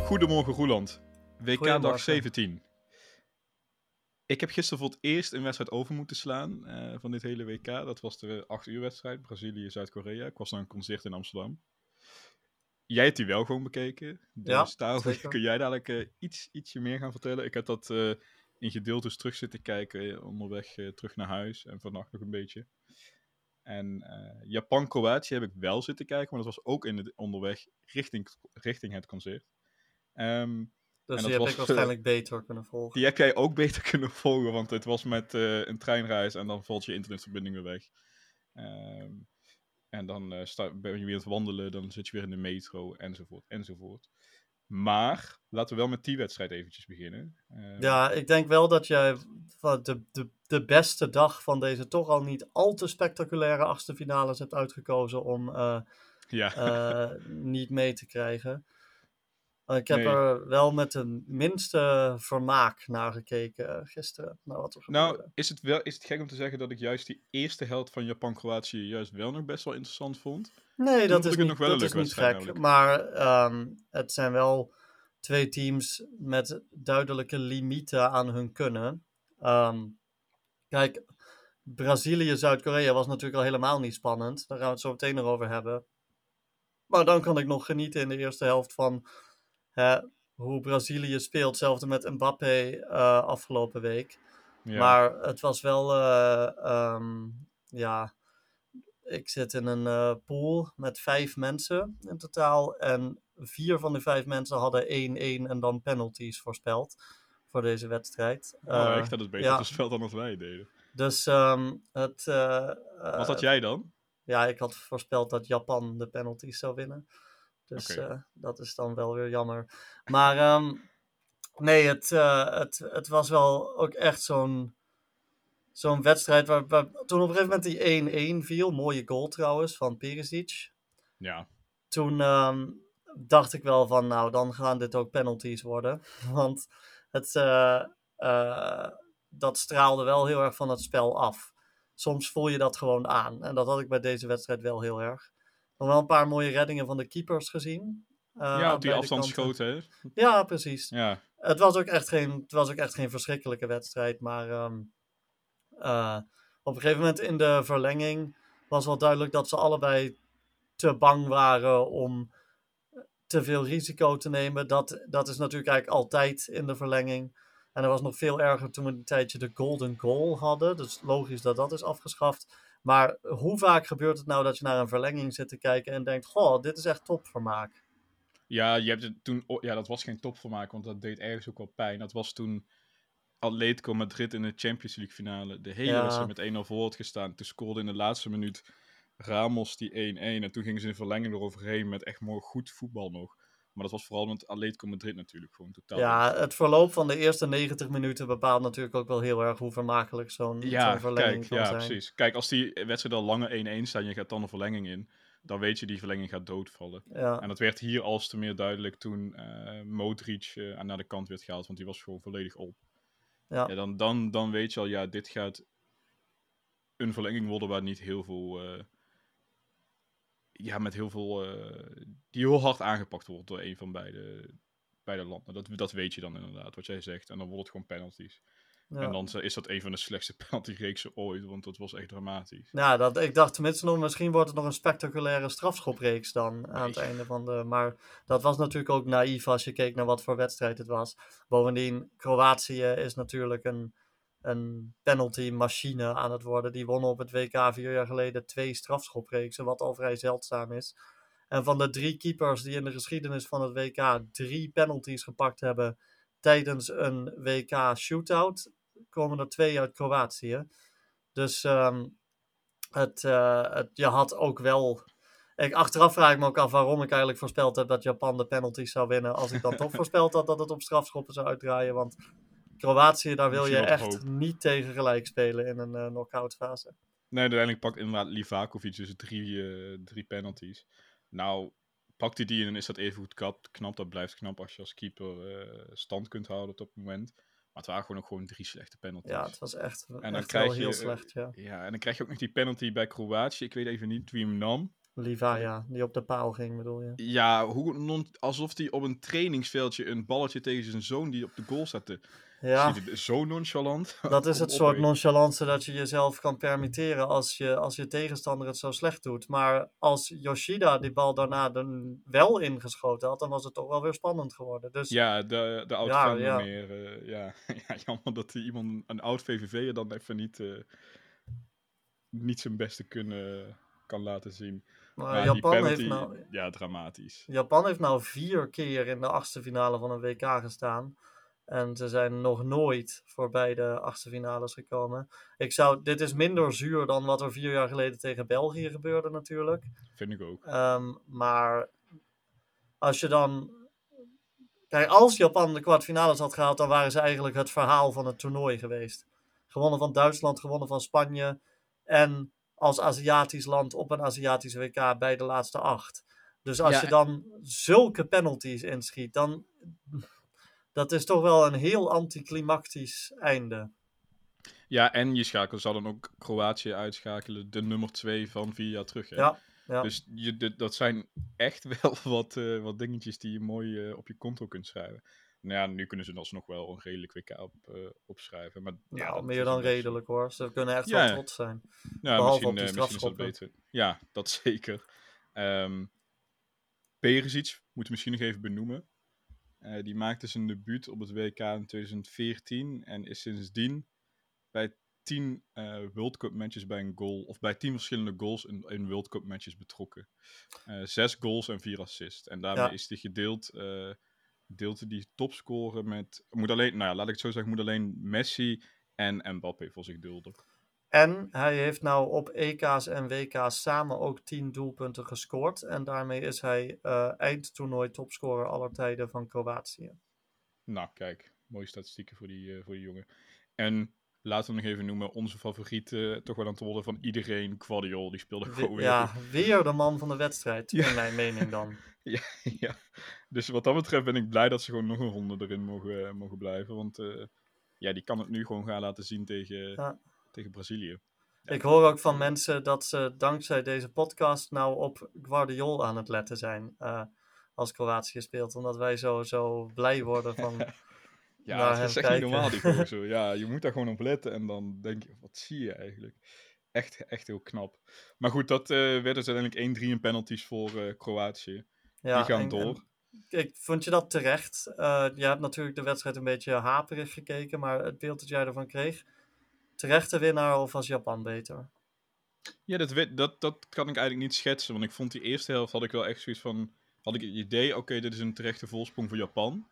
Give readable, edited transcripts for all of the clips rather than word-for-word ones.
Goedemorgen Roeland. WK dag Goedemorgen. 17. Ik heb gisteren voor het eerst een wedstrijd over moeten slaan van dit hele WK. Dat was de 8 uur wedstrijd, Brazilië-Zuid-Korea. Ik was naar een concert in Amsterdam. Jij hebt die wel gewoon bekeken. Dus Ja, daarover zeker. kun jij dadelijk ietsje meer gaan vertellen. Ik heb dat in gedeeltes terug zitten kijken onderweg terug naar huis. En vannacht nog een beetje. En Japan-Kroatië heb ik wel zitten kijken, maar dat was ook onderweg richting het concert. Dus en die dat heb ik was, waarschijnlijk beter kunnen volgen. Die heb jij ook beter kunnen volgen, want het was met een treinreis en dan valt je internetverbinding weer weg. En dan ben je weer aan het wandelen, dan zit je weer in de metro, enzovoort. Maar laten we wel met die wedstrijd eventjes beginnen. Ja, ik denk wel dat jij de beste dag van deze toch al niet al te spectaculaire achtste finales hebt uitgekozen om niet mee te krijgen. Ik heb er wel met de minste vermaak naar gekeken gisteren, naar wat er gebeurde. Nou, is het gek om te zeggen dat ik juist die eerste helft van Japan-Kroatië juist wel nog best wel interessant vond? Nee, dat is nog wel een niet leuke gek. namelijk. Maar het zijn wel twee teams met duidelijke limieten aan hun kunnen. Kijk, Brazilië-Zuid-Korea was natuurlijk al helemaal niet spannend. Daar gaan we het zo meteen nog over hebben. Maar dan kan ik nog genieten in de eerste helft van hoe Brazilië speelt. Hetzelfde met Mbappé afgelopen week. Ja. Maar het was wel... ik zit in een pool met 5 mensen in totaal. En 4 van de 5 mensen hadden 1-1 en dan penalties voorspeld voor deze wedstrijd. Echt? Dat is beter voorspeld dan wat wij deden. Dus wat had jij dan? Ja, ik had voorspeld dat Japan de penalties zou winnen. Dus dat is dan wel weer jammer. Maar nee, het was wel ook echt zo'n wedstrijd waar toen op een gegeven moment die 1-1 viel. Mooie goal trouwens van Perisic. Ja. Toen dacht ik wel van, nou, dan gaan dit ook penalties worden. Want dat straalde wel heel erg van het spel af. Soms voel je dat gewoon aan. En dat had ik bij deze wedstrijd wel heel erg. Nog wel een paar mooie reddingen van de keepers gezien. Op die afstandsschoten, hè? Ja, precies. Ja. Het was ook echt geen verschrikkelijke wedstrijd. Maar op een gegeven moment in de verlenging was wel duidelijk dat ze allebei te bang waren om te veel risico te nemen. Dat is natuurlijk eigenlijk altijd in de verlenging. En dat was nog veel erger toen we een tijdje de golden goal hadden. Dus logisch dat dat is afgeschaft. Maar hoe vaak gebeurt het nou dat je naar een verlenging zit te kijken en denkt, goh, dit is echt topvermaak. Ja, je hebt het toen... Ja, dat was geen topvermaak, want dat deed ergens ook wel pijn. Dat was toen Atletico Madrid in de Champions League finale de hele wedstrijd met 1-0 voor had gestaan. Toen scoorde in de laatste minuut Ramos die 1-1. En toen gingen ze in verlenging eroverheen met echt mooi goed voetbal nog. Maar dat was vooral met Atletico Madrid natuurlijk gewoon totaal. Ja, het verloop van de eerste 90 minuten bepaalt natuurlijk ook wel heel erg hoe vermakelijk zo'n verlenging kan zijn. Ja, precies. Kijk, als die wedstrijd al langer 1-1 staat en je gaat dan een verlenging in, dan weet je die verlenging gaat doodvallen. Ja. En dat werd hier als te meer duidelijk toen Modric naar de kant werd gehaald, want die was gewoon volledig op. Ja, dan weet je al, ja, dit gaat een verlenging worden waar niet heel veel... met heel veel... die heel hard aangepakt wordt door een van beide landen. Dat weet je dan inderdaad, wat jij zegt. En dan wordt het gewoon penalties. Ja. En dan is dat een van de slechtste penaltyreeksen ooit, want dat was echt dramatisch. Ja, ik dacht tenminste nog, misschien wordt het nog een spectaculaire strafschopreeks dan aan het einde van de... Maar dat was natuurlijk ook naïef als je keek naar wat voor wedstrijd het was. Bovendien, Kroatië is natuurlijk een penalty-machine aan het worden. Die wonnen op het WK 4 jaar geleden 2 strafschopreeksen, wat al vrij zeldzaam is. En van de 3 keepers die in de geschiedenis van het WK 3 penalties gepakt hebben tijdens een WK shootout, komen er 2 uit Kroatië. Dus je had ook wel... Achteraf vraag ik me ook af waarom ik eigenlijk voorspeld heb dat Japan de penalties zou winnen. Als ik dan toch voorspeld had dat het op strafschoppen zou uitdraaien. Want Kroatië, daar wil je echt niet tegen gelijk spelen in een knock-out fase. Nee, uiteindelijk pakt inderdaad Livakovic dus 3 penalties. Nou, pakt hij die en is dat even goed knap. Dat blijft knap als je als keeper stand kunt houden op dat moment. Maar het waren gewoon 3 slechte penalties. Ja, het was echt en dan wel heel slecht, ja. Ja, en dan krijg je ook nog die penalty bij Kroatië. Ik weet even niet wie hem nam. Livaya, die op de paal ging, bedoel je? Ja, alsof hij op een trainingsveldje een balletje tegen zijn zoon die op de goal zette. Ja, Zie je zo nonchalant? dat is Kom het op, soort hé. nonchalance dat je jezelf kan permitteren als je tegenstander het zo slecht doet. Maar als Yoshida die bal daarna wel ingeschoten had, dan was het toch wel weer spannend geworden. Dus Ja, de ja, oud-fan ja. meer. Ja. Ja, jammer dat iemand, een oud VVV'er dan even niet zijn beste kunnen kan laten zien. Maar Maar die penalty, ja, dramatisch. Japan heeft nou 4 keer in de achtste finale van een WK gestaan. En ze zijn nog nooit voorbij de achtste finales gekomen. Dit is minder zuur dan wat er 4 jaar geleden tegen België gebeurde natuurlijk. Vind ik ook. Maar als je dan... Kijk, als Japan de kwartfinales had gehaald, dan waren ze eigenlijk het verhaal van het toernooi geweest. Gewonnen van Duitsland, gewonnen van Spanje. En als Aziatisch land op een Aziatisch WK bij de laatste 8. Dus als je Ja, dan zulke penalties inschiet, dan... Dat is toch wel een heel anticlimactisch einde. ja, en je zal dan ook Kroatië uitschakelen, de nummer 2 van 4 jaar terug. Hè? Ja, ja. Dus dat zijn echt wel wat dingetjes die je mooi op je konto kunt schrijven. Nou ja, nu kunnen ze alsnog wel een redelijk WK opschrijven. Maar, ja, Nou, dat meer is dan ook net zo. redelijk hoor. Ze kunnen echt wel Ja, trots zijn. ja Behalve op die misschien is dat strafschoppen. beter. Ja, dat zeker. Perisic, moeten we misschien nog even benoemen. Die maakte zijn debuut op het WK in 2014 en is sindsdien bij 10 World Cup matches bij een goal, of bij 10 verschillende goals in World Cup matches betrokken. 6 goals en 4 assists. En daarmee Ja. is hij deelt die topscorer met, nou ja, laat ik het zo zeggen, moet alleen Messi en Mbappé voor zich dulden. En hij heeft nou op EK's en WK's samen ook 10 doelpunten gescoord. En daarmee is hij eindtoernooi topscorer aller tijden van Kroatië. Nou, kijk, mooie statistieken voor die jongen. En laten we nog even noemen, onze favoriet toch wel aan het worden van iedereen, Gvardiol. Die speelde gewoon weer Ja, goed. weer de man van de wedstrijd, Ja. in mijn mening dan. Ja. Dus wat dat betreft ben ik blij dat ze gewoon nog een ronde erin mogen blijven. Want ja, die kan het nu gewoon gaan laten zien tegen Brazilië. Ja, Ik hoor ook van mensen dat ze dankzij deze podcast nou op Gvardiol aan het letten zijn als Kroatië speelt. Omdat wij zo blij worden van ja, naar het hem is echt kijken. niet normaal die gozer. Ja, je moet daar gewoon op letten en dan denk je, wat zie je eigenlijk? Echt heel knap. Maar goed, dat werd dus uiteindelijk 1-3 in penalties voor Kroatië. Ja, die gaan door. Vond je dat terecht? Je hebt natuurlijk de wedstrijd een beetje haperig gekeken, maar het beeld dat jij ervan kreeg, terechte winnaar of was Japan beter? Ja, dat kan ik eigenlijk niet schetsen. Want ik vond die eerste helft, had ik wel echt zoiets van, had ik het idee, oké, dit is een terechte voorsprong voor Japan.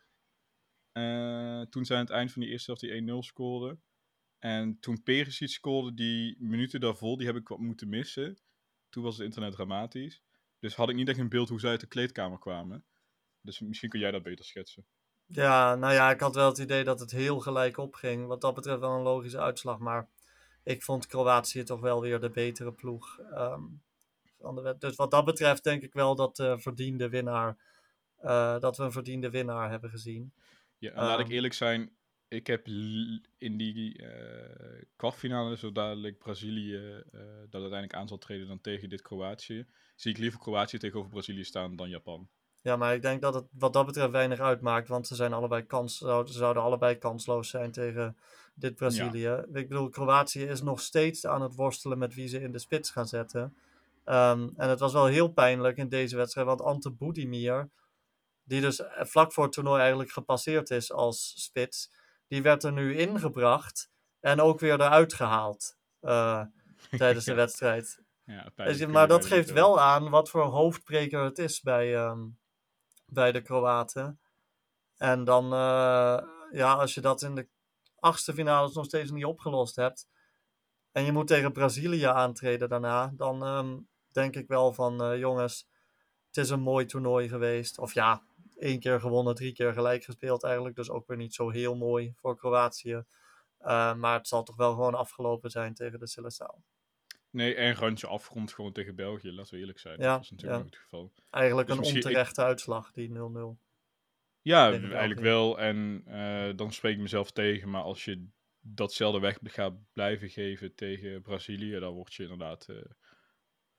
Toen zij aan het eind van die eerste helft die 1-0 scoorden. En toen Perisic scoorde, die minuten daarvoor, die heb ik wat moeten missen. Toen was het internet dramatisch. Dus had ik niet echt een beeld hoe zij uit de kleedkamer kwamen. Dus misschien kun jij dat beter schetsen. Ja, nou ja, ik had wel het idee dat het heel gelijk opging. Wat dat betreft wel een logische uitslag, maar ik vond Kroatië toch wel weer de betere ploeg. Dus wat dat betreft denk ik wel dat, dat we een verdiende winnaar hebben gezien. Ja, en laat ik eerlijk zijn, ik heb in die kwartfinale, zo dadelijk Brazilië dat uiteindelijk aan zal treden dan tegen dit Kroatië, zie ik liever Kroatië tegenover Brazilië staan dan Japan. Ja, maar ik denk dat het wat dat betreft weinig uitmaakt, want ze zouden allebei kansloos zijn tegen dit Brazilië. Ja. Ik bedoel, Kroatië is nog steeds aan het worstelen met wie ze in de spits gaan zetten. En het was wel heel pijnlijk in deze wedstrijd, want Ante Budimir, die dus vlak voor het toernooi eigenlijk gepasseerd is als spits, die werd er nu ingebracht en ook weer eruit gehaald tijdens de wedstrijd. Ja, maar dat geeft wel aan wat voor hoofdbreker het is bij de Kroaten. En dan, als je dat in de achtste finales nog steeds niet opgelost hebt, en je moet tegen Brazilië aantreden daarna, dan denk ik wel van, jongens, het is een mooi toernooi geweest. Of ja, 1 keer gewonnen, 3 keer gelijk gespeeld eigenlijk, dus ook weer niet zo heel mooi voor Kroatië. Maar het zal toch wel gewoon afgelopen zijn tegen de Seleção. Nee, en randje afgrond gewoon tegen België, laten we eerlijk zijn. Ja, dat is natuurlijk nog het geval. Eigenlijk dus een onterechte uitslag, die 0-0. Ja, eigenlijk wel. En dan spreek ik mezelf tegen. Maar als je datzelfde weg gaat blijven geven tegen Brazilië, dan word je inderdaad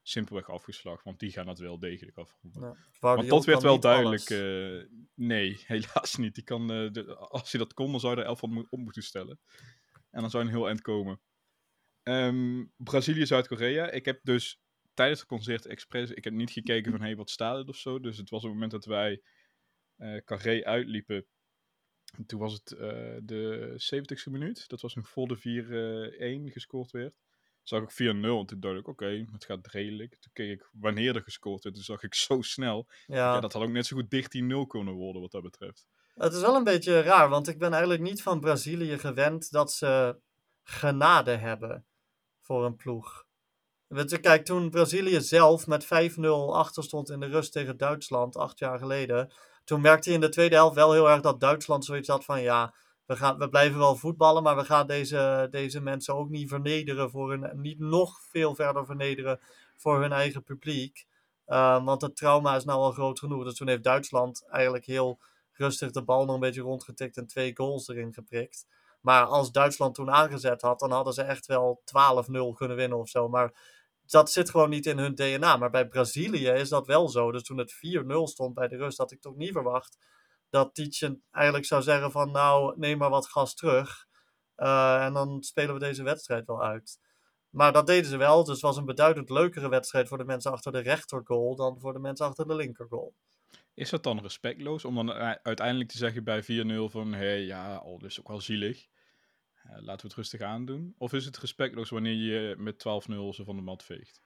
simpelweg afgeslacht. Want die gaan dat wel degelijk afronden. Ja. Want dat werd wel duidelijk. Alles. Nee, helaas niet. Die kan, als hij dat kon, dan zou je er 11 van op moeten stellen. En dan zou een heel eind komen. Brazilië, Zuid-Korea. Ik heb dus tijdens het concert expres... Ik heb niet gekeken van, wat staat het of zo. Dus het was op het moment dat wij Carré uitliepen. Toen was het de 70ste minuut. Dat was nog voor de 4-1 gescoord werd. Zag ik 4-0 en toen dacht ik, oké, het gaat redelijk. Toen keek ik wanneer er gescoord werd. Toen zag ik zo snel. Ja, dat had ook net zo goed 13-0 kunnen worden wat dat betreft. Het is wel een beetje raar, want ik ben eigenlijk niet van Brazilië gewend dat ze genade hebben voor een ploeg. Weet je, kijk, toen Brazilië zelf met 5-0 achter stond in de rust tegen Duitsland 8 jaar geleden, toen merkte je in de tweede helft wel heel erg dat Duitsland zoiets had van, ja, we blijven wel voetballen, maar we gaan deze mensen ook niet vernederen niet nog veel verder vernederen voor hun eigen publiek. Want het trauma is nou al groot genoeg. Dus toen heeft Duitsland eigenlijk heel rustig de bal nog een beetje rondgetikt en 2 goals erin geprikt. Maar als Duitsland toen aangezet had, dan hadden ze echt wel 12-0 kunnen winnen of zo. Maar dat zit gewoon niet in hun DNA. Maar bij Brazilië is dat wel zo. Dus toen het 4-0 stond bij de rust, had ik toch niet verwacht dat Tietjen eigenlijk zou zeggen van, nou, neem maar wat gas terug. En dan spelen we deze wedstrijd wel uit. Maar dat deden ze wel. Dus het was een beduidend leukere wedstrijd voor de mensen achter de rechtergoal dan voor de mensen achter de linkergoal. Is dat dan respectloos om dan uiteindelijk te zeggen bij 4-0 van, dat is ook wel zielig. Laten we het rustig aandoen. Of is het respectloos wanneer je met 12-0 ze van de mat veegt?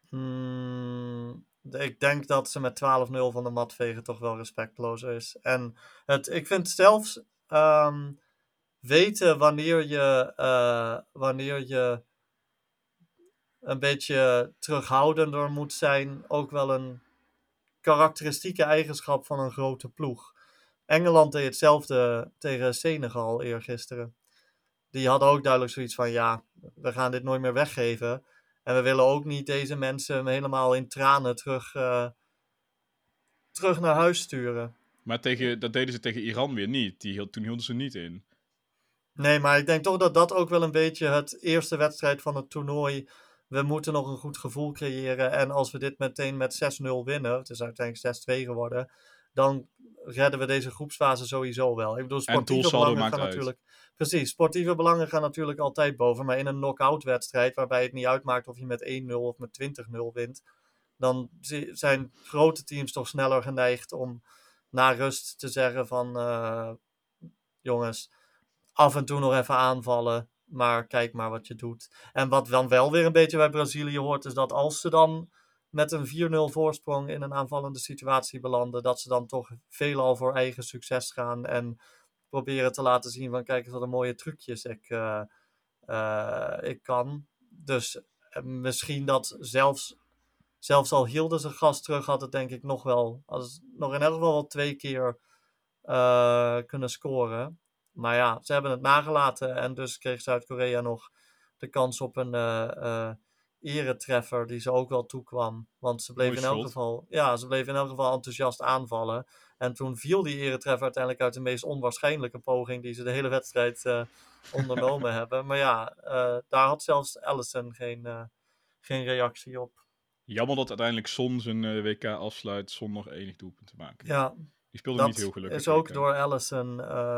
Ik denk dat ze met 12-0 van de mat vegen toch wel respectloos is. En ik vind zelfs weten wanneer je een beetje terughoudender moet zijn ook wel een karakteristieke eigenschap van een grote ploeg. Engeland deed hetzelfde tegen Senegal eergisteren. Die hadden ook duidelijk zoiets van, ja, we gaan dit nooit meer weggeven. En we willen ook niet deze mensen helemaal in tranen terug naar huis sturen. Maar dat deden ze tegen Iran weer niet. Toen hielden ze niet in. Nee, maar ik denk toch dat dat ook wel een beetje het eerste wedstrijd van het toernooi. We moeten nog een goed gevoel creëren. En als we dit meteen met 6-0 winnen, het is uiteindelijk 6-2 geworden, dan redden we deze groepsfase sowieso wel. Ik bedoel, sportieve belangen gaan natuurlijk... Precies, sportieve belangen gaan natuurlijk altijd boven. Maar in een knock-out wedstrijd, waarbij het niet uitmaakt of je met 1-0 of met 20-0 wint, dan zijn grote teams toch sneller geneigd om na rust te zeggen van, jongens, af en toe nog even aanvallen, maar kijk maar wat je doet. En wat dan wel weer een beetje bij Brazilië hoort, is dat als ze dan met een 4-0 voorsprong in een aanvallende situatie belanden, dat ze dan toch veelal voor eigen succes gaan en proberen te laten zien van, kijk eens wat een mooie trucjes ik kan. Dus misschien dat zelfs al hielden ze gas terug, had het denk ik nog in elk geval wel 2 keer kunnen scoren. Maar ja, ze hebben het nagelaten en dus kreeg Zuid-Korea nog de kans op een eretreffer die ze ook wel toekwam. Want ze bleven in elk geval enthousiast aanvallen. En toen viel die eretreffer uiteindelijk uit de meest onwaarschijnlijke poging die ze de hele wedstrijd ondernomen hebben. Maar ja, daar had zelfs Alisson geen reactie op. Jammer dat uiteindelijk Son zijn WK afsluit zonder enig doelpunt te maken. Ja, die speelde niet heel gelukkig. Is ook door Alisson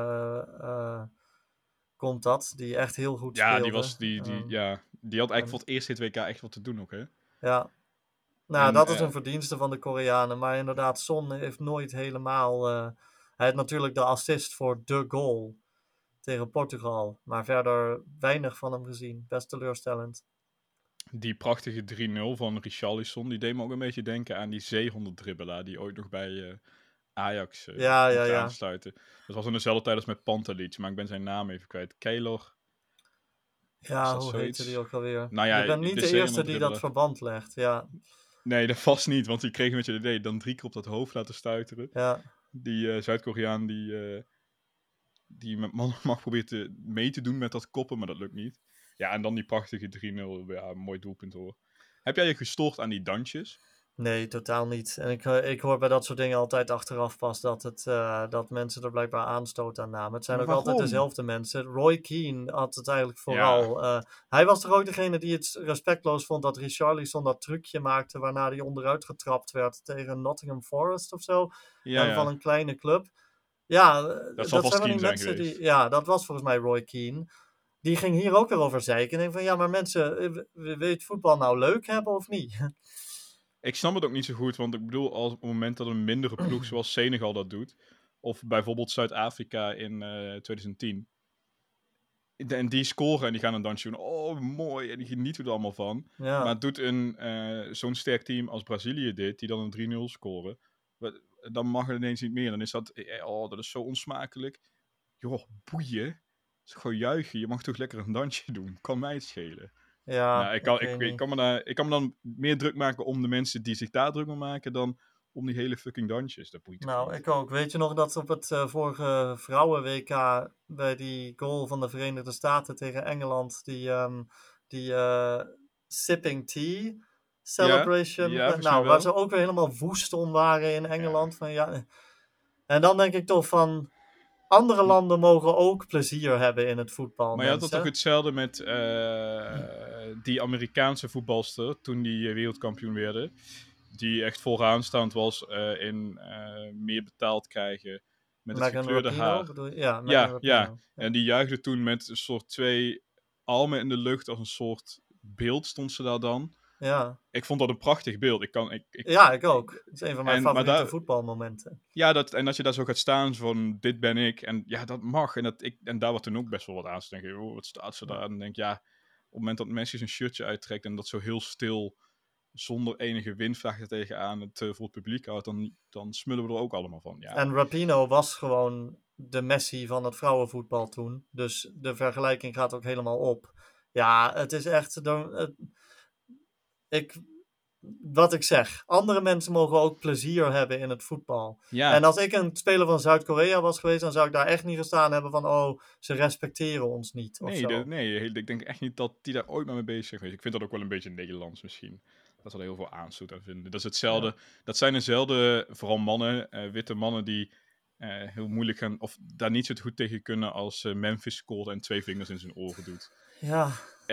komt dat, die echt heel goed speelde. Die had eigenlijk voor het eerst dit WK echt wat te doen ook, hè? Ja. Nou, dat is een verdienste van de Koreanen. Maar inderdaad, Son heeft nooit helemaal... hij had natuurlijk de assist voor de goal tegen Portugal. Maar verder weinig van hem gezien. Best teleurstellend. Die prachtige 3-0 van Richarlison, die deed me ook een beetje denken aan die zeehonderd-dribbelaar die ooit nog bij Ajax aansluiten. Dat was in dezelfde tijd als met Pantelic, maar ik ben zijn naam even kwijt. Keylor. Ja, hoe heette die ook alweer? Nou ja, je bent niet de eerste die dat verband legt, ja. Nee, dat vast niet, want die kreeg met je idee dan 3 keer op dat hoofd laten stuiteren. Ja. Die Zuid-Koreaan die met man mag probeert mee te doen met dat koppen, maar dat lukt niet. Ja, en dan die prachtige 3-0. Ja, een mooi doelpunt hoor. Heb jij je gestoord aan die dansjes? Nee, totaal niet. En ik hoor bij dat soort dingen altijd achteraf pas dat mensen er blijkbaar aanstoot aan namen. Het zijn Maar ook altijd waarom? dezelfde mensen. Roy Keane had het eigenlijk Ja, vooral. Hij was toch ook degene die het respectloos vond dat Richarlison dat trucje maakte waarna hij onderuit getrapt werd tegen Nottingham Forest of zo. ja, Van ja. een kleine club. Ja, Dat zal dat vast zijn van Keen die zijn mensen geweest. die. Ja, dat was volgens mij Roy Keane. Die ging hier ook weer over zeiken. En ik denk van ja, maar mensen, wil je het voetbal nou leuk hebben of niet? Ik snap het ook niet zo goed, want ik bedoel, als op het moment dat een mindere ploeg zoals Senegal dat doet, of bijvoorbeeld Zuid-Afrika in 2010, en die scoren en die gaan een dansje doen, oh mooi, en die genieten er allemaal van. Ja. Maar doet zo'n sterk team als Brazilië dit, die dan een 3-0 scoren, dan mag het ineens niet meer. Dan is dat, oh, dat is zo onsmakelijk. Joh, boeien. Het is gewoon juichen. Je mag toch lekker een dansje doen. Kan mij het schelen. Ja, Nou, ik weet ik niet. kan me dan meer druk maken om de mensen die zich daar druk om maken dan om die hele fucking dansjes. Dat boeit toch Nou, niet? ik ook. Weet je nog dat op het vorige vrouwen-WK bij die goal van de Verenigde Staten tegen Engeland, die sipping tea Ja, celebration, ja, volgens mij nou, waar ze wel. ook weer helemaal woest om waren in Ja. Engeland. Van, ja. En dan denk ik toch van, andere M- landen mogen ook plezier hebben in het voetbal, Maar je had het toch mensen. hetzelfde met die Amerikaanse voetbalster toen die wereldkampioen werden. Die echt vooraanstaand was in meer betaald krijgen met het Megan gekleurde Rapinoe, haar. bedoel je? Ja, Megan Ja, ja. Rapinoe. Ja. En die juichte toen met een soort twee armen in de lucht als een soort beeld stond ze daar dan. Ja. Ik vond dat een prachtig beeld. Ja, ik ook. Het is een van mijn Maar favoriete daar, voetbalmomenten. ja, en dat je daar zo gaat staan van dit ben ik. En ja, dat mag. En daar wordt toen ook best wel wat aan te denken. Oh, wat staat ze daar? En dan denk ik, ja, op het moment dat Messi zijn shirtje uittrekt en dat zo heel stil, zonder enige windvlaag er tegenaan het voor het publiek houdt, dan smullen we er ook allemaal van. Ja, En Rapinoe was gewoon de Messi van het vrouwenvoetbal toen. Dus de vergelijking gaat ook helemaal op. Ja, het is echt. Ik, wat ik zeg, andere mensen mogen ook plezier hebben in het voetbal. En ja. als ik een speler van Zuid-Korea was geweest, dan zou ik daar echt niet gestaan hebben van, oh, ze respecteren ons niet of Nee, zo. ik denk echt niet dat die daar ooit maar mee bezig is geweest. Ik vind dat ook wel een beetje Nederlands misschien. Dat ze er heel veel aanstoot aan vinden. Dat is hetzelfde. Ja. Dat zijn dezelfde, vooral mannen, witte mannen die heel moeilijk gaan, of daar niet zo goed tegen kunnen als Memphis scoort en twee vingers in zijn oren doet. Ja,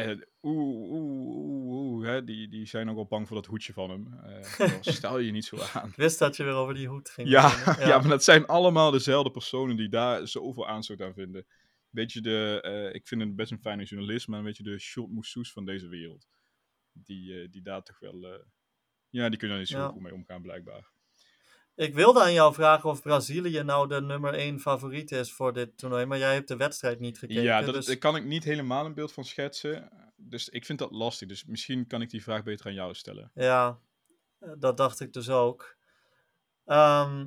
Hè, die zijn ook wel bang voor dat hoedje van hem. Stel je niet zo aan. ik wist dat je weer over die hoed ging Ja, beginnen. ja, maar dat zijn allemaal dezelfde personen die daar zoveel aanstoot aan vinden. Weet je, ik vind hem best een fijne journalist, maar een beetje de short Moussous van deze wereld. Die daar toch wel, ja, die kunnen er niet zo Ja. goed mee omgaan blijkbaar. Ik wilde aan jou vragen of Brazilië nou de nummer 1 favoriet is voor dit toernooi, maar jij hebt de wedstrijd niet gekeken. Ja, daar Dus kan ik niet helemaal een beeld van schetsen. Dus ik vind dat lastig. Dus misschien kan ik die vraag beter aan jou stellen. ja, dat dacht ik dus ook. Ehm,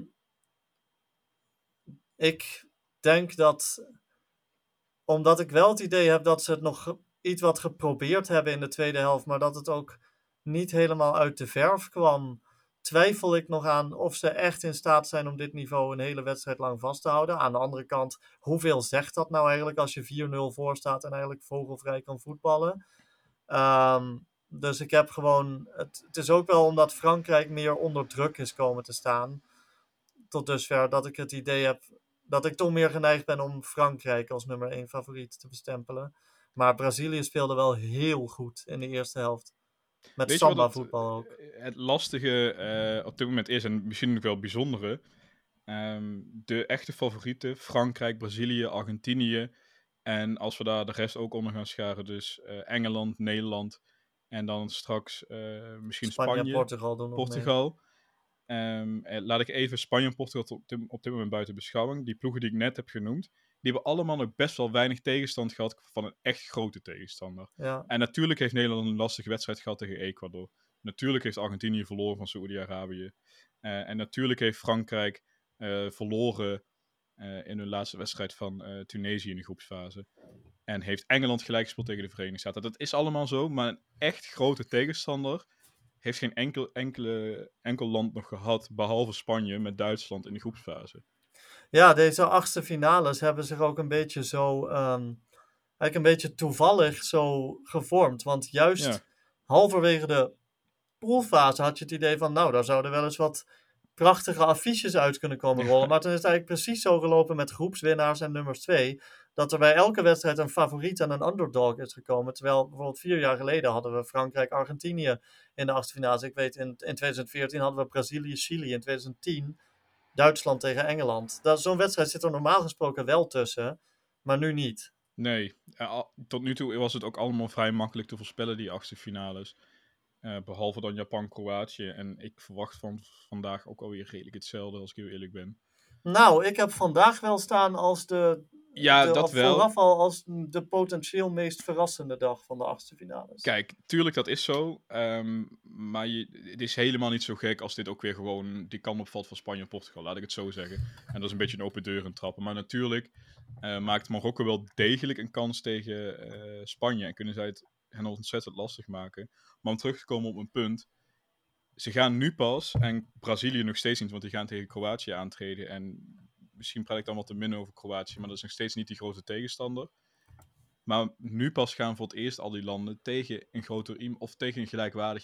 ik denk dat, omdat ik wel het idee heb dat ze het nog iets wat geprobeerd hebben in de tweede helft, maar dat het ook niet helemaal uit de verf kwam, twijfel ik nog aan of ze echt in staat zijn om dit niveau een hele wedstrijd lang vast te houden. Aan de andere kant, hoeveel zegt dat nou eigenlijk als je 4-0 voor staat en eigenlijk vogelvrij kan voetballen? Dus ik heb gewoon. Het is ook wel omdat Frankrijk meer onder druk is komen te staan. Tot dusver dat ik het idee heb dat ik toch meer geneigd ben om Frankrijk als nummer 1 favoriet te bestempelen. Maar Brazilië speelde wel heel goed in de eerste helft. Met Weet je wat samba voetbal ook. het lastige op dit moment is, en misschien nog wel bijzondere? De echte favorieten, Frankrijk, Brazilië, Argentinië. En als we daar de rest ook onder gaan scharen, dus Engeland, Nederland. En dan straks misschien Spanje en Spanje, Portugal doen nog mee. Portugal. Laat ik even Spanje en Portugal op dit moment buiten beschouwing. Die ploegen die ik net heb genoemd, die hebben allemaal nog best wel weinig tegenstand gehad van een echt grote tegenstander. Ja. En natuurlijk heeft Nederland een lastige wedstrijd gehad tegen Ecuador. Natuurlijk heeft Argentinië verloren van Saoedi-Arabië. En natuurlijk heeft Frankrijk verloren in hun laatste wedstrijd van Tunesië in de groepsfase. En heeft Engeland gelijk gespeeld tegen de Verenigde Staten. Dat is allemaal zo, maar een echt grote tegenstander heeft geen enkel land nog gehad, behalve Spanje met Duitsland in de groepsfase. Ja, deze achtste finales hebben zich ook een beetje zo, eigenlijk een beetje toevallig zo gevormd. Want juist halverwege de poolfase had je het idee van, nou, daar zouden wel eens wat prachtige affiches uit kunnen komen rollen. Maar toen is het eigenlijk precies zo gelopen met groepswinnaars en nummers 2, dat er bij elke wedstrijd een favoriet en een underdog is gekomen. Terwijl bijvoorbeeld 4 jaar geleden hadden we Frankrijk-Argentinië in de achtste finales. Ik weet, in 2014 hadden we Brazilië-Chili. In 2010 Duitsland tegen Engeland. Zo'n wedstrijd zit er normaal gesproken wel tussen, maar nu niet. Nee, tot nu toe was het ook allemaal vrij makkelijk te voorspellen, die achtste finales. Behalve dan Japan-Kroatië. En ik verwacht van vandaag ook alweer redelijk hetzelfde, als ik heel eerlijk ben. Nou, ik heb vandaag wel staan als Ja, dat wel. vooraf al als de potentieel meest verrassende dag van de achtste finales. Kijk, tuurlijk, dat is zo. Maar het is helemaal niet zo gek als dit ook weer gewoon die kant opvalt van Spanje en Portugal, laat ik het zo zeggen. En dat is een beetje een open deur in trappen. Maar natuurlijk maakt Marokko wel degelijk een kans tegen Spanje. En kunnen zij het hen ontzettend lastig maken. Maar om terug te komen op een punt. Ze gaan nu pas, en Brazilië nog steeds niet, want die gaan tegen Kroatië aantreden. En misschien praat ik dan wat te min over Kroatië, maar dat is nog steeds niet die grote tegenstander. Maar nu pas gaan voor het eerst al die landen tegen een groter of tegen een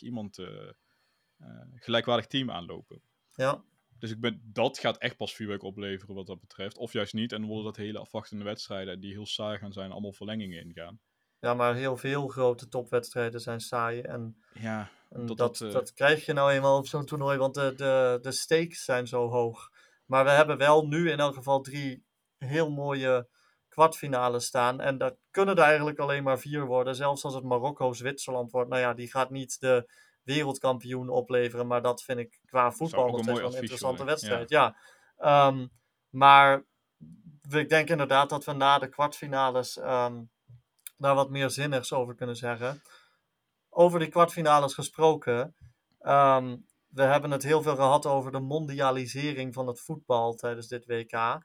gelijkwaardig team aanlopen. Ja. Dus dat gaat echt pas vuurwerk opleveren wat dat betreft. Of juist niet. En dan worden dat hele afwachtende wedstrijden die heel saai gaan zijn, allemaal verlengingen ingaan. Ja, maar heel veel grote topwedstrijden zijn saai. En ja, dat krijg je nou eenmaal op zo'n toernooi, want de stakes zijn zo hoog. Maar we hebben wel nu in elk geval 3 heel mooie kwartfinales staan. En dat kunnen er eigenlijk alleen maar 4 worden. Zelfs als het Marokko-Zwitserland wordt. Nou ja, die gaat niet de wereldkampioen opleveren. Maar dat vind ik qua voetbal nog steeds wel een interessante wedstrijd. Ja. Maar ik denk inderdaad dat we na de kwartfinales daar wat meer zinnigs over kunnen zeggen. Over die kwartfinales gesproken. We hebben het heel veel gehad over de mondialisering van het voetbal tijdens dit WK.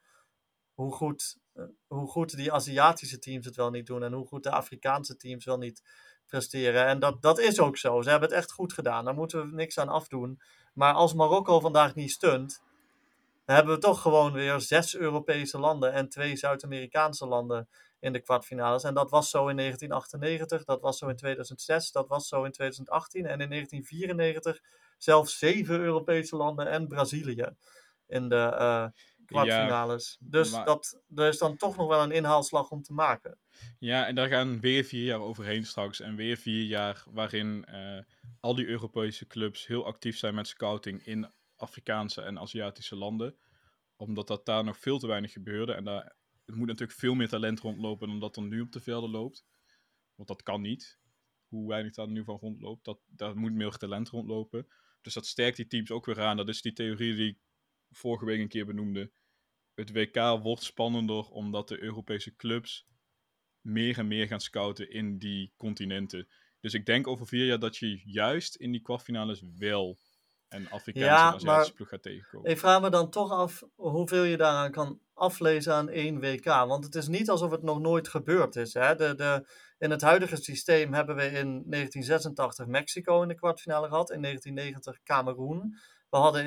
Hoe goed die Aziatische teams het wel niet doen. En hoe goed de Afrikaanse teams wel niet presteren. En dat is ook zo. Ze hebben het echt goed gedaan. Daar moeten we niks aan afdoen. Maar als Marokko vandaag niet stunt, dan hebben we toch gewoon weer 6 Europese landen en 2 Zuid-Amerikaanse landen in de kwartfinales. En dat was zo in 1998, dat was zo in 2006, dat was zo in 2018 en in 1994 zelfs 7 Europese landen en Brazilië in de kwartfinales. Ja, dus er is dan toch nog wel een inhaalslag om te maken. Ja, en daar gaan weer 4 jaar overheen straks. En weer 4 jaar waarin al die Europese clubs heel actief zijn met scouting in Afrikaanse en Aziatische landen. Omdat dat daar nog veel te weinig gebeurde. En het moet natuurlijk veel meer talent rondlopen dan dat er nu op de velden loopt. Want dat kan niet. Hoe weinig daar nu van rondloopt. Daar moet meer talent rondlopen. Dus dat sterkt die teams ook weer aan. Dat is die theorie die ik vorige week een keer benoemde. Het WK wordt spannender omdat de Europese clubs meer en meer gaan scouten in die continenten. Dus ik denk over 4 jaar dat je juist in die kwartfinales wel een Afrikaanse en Aziatische ploeg gaat tegenkomen. Ik vraag me dan toch af hoeveel je daaraan kan aflezen aan 1 WK. Want het is niet alsof het nog nooit gebeurd is. Hè? In het huidige systeem hebben we in 1986 Mexico in de kwartfinale gehad. In 1990 Cameroen. We hadden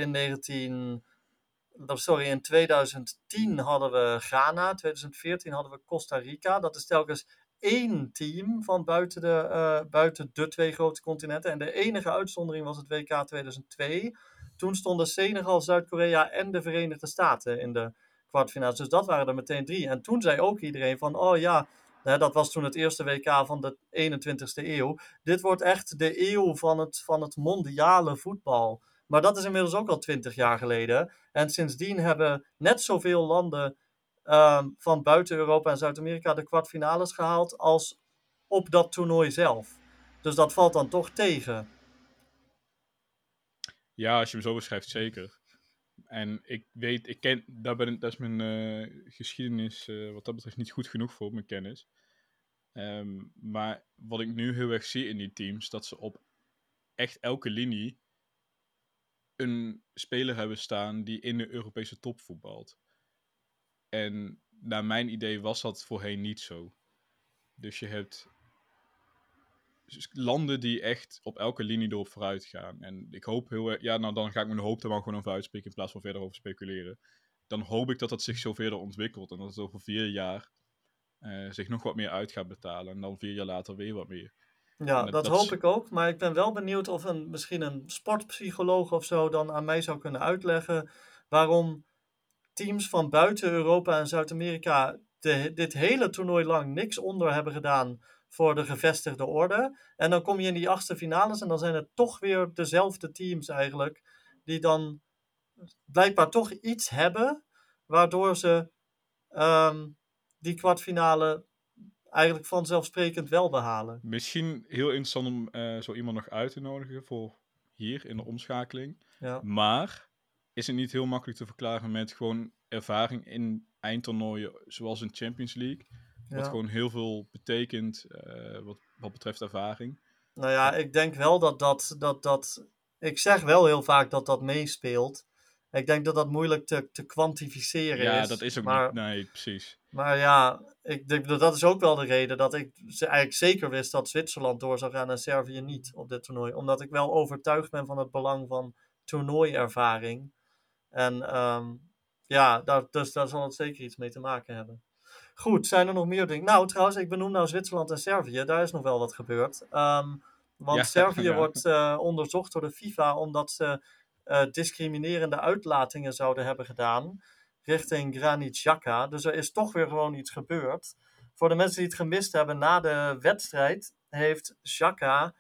in 2010 hadden we Ghana. In 2014 hadden we Costa Rica. Dat is telkens 1 team van buiten de 2 grote continenten. En de enige uitzondering was het WK 2002. Toen stonden Senegal, Zuid-Korea en de Verenigde Staten in de kwartfinales. Dus dat waren er meteen 3. En toen zei ook iedereen van, oh ja, dat was toen het eerste WK van de 21ste eeuw. Dit wordt echt de eeuw van het mondiale voetbal. Maar dat is inmiddels ook al 20 jaar geleden. En sindsdien hebben net zoveel landen van buiten Europa en Zuid-Amerika de kwartfinales gehaald als op dat toernooi zelf. Dus dat valt dan toch tegen. Ja, als je hem zo beschrijft, zeker. En dat is mijn geschiedenis wat dat betreft niet goed genoeg voor mijn kennis. Maar wat ik nu heel erg zie in die teams, dat ze op echt elke linie een speler hebben staan die in de Europese top voetbalt. En naar mijn idee was dat voorheen niet zo. Dus je hebt landen die echt op elke linie erop vooruit gaan. En ik hoop heel erg... Ja, nou dan ga ik mijn hoop er maar gewoon over uitspreken in plaats van verder over speculeren. Dan hoop ik dat dat zich zo verder ontwikkelt. En dat het over 4 jaar zich nog wat meer uit gaat betalen. En dan 4 jaar later weer wat meer. Ja, En dat hoop ik ook. Maar ik ben wel benieuwd of misschien een sportpsycholoog of zo dan aan mij zou kunnen uitleggen waarom teams van buiten Europa en Zuid-Amerika dit hele toernooi lang niks onder hebben gedaan voor de gevestigde orde. En dan kom je in die achtste finales en dan zijn het toch weer dezelfde teams eigenlijk, die dan blijkbaar toch iets hebben, waardoor ze die kwartfinale eigenlijk vanzelfsprekend wel behalen. Misschien heel interessant om zo iemand nog uit te nodigen voor hier in de omschakeling. Ja. Maar is het niet heel makkelijk te verklaren met gewoon ervaring in eindtoernooien zoals in Champions League? Wat Ja. gewoon heel veel betekent wat betreft ervaring. Nou ja, ik denk wel dat. Ik zeg wel heel vaak dat dat meespeelt. Ik denk dat dat moeilijk te kwantificeren Ja, is. dat is ook maar, niet. Nee, precies. Maar ja, ik denk dat is ook wel de reden dat ik eigenlijk zeker wist dat Zwitserland door zou gaan en Servië niet op dit toernooi. Omdat ik wel overtuigd ben van het belang van toernooiervaring. En ja, dus daar zal het zeker iets mee te maken hebben. Goed, zijn er nog meer dingen? Nou, trouwens, ik benoem nou Zwitserland en Servië. Daar is nog wel wat gebeurd. Want Ja, Servië ja. wordt onderzocht door de FIFA omdat ze discriminerende uitlatingen zouden hebben gedaan richting Granit Xhaka. Dus er is toch weer gewoon iets gebeurd. Voor de mensen die het gemist hebben, na de wedstrijd heeft Xhaka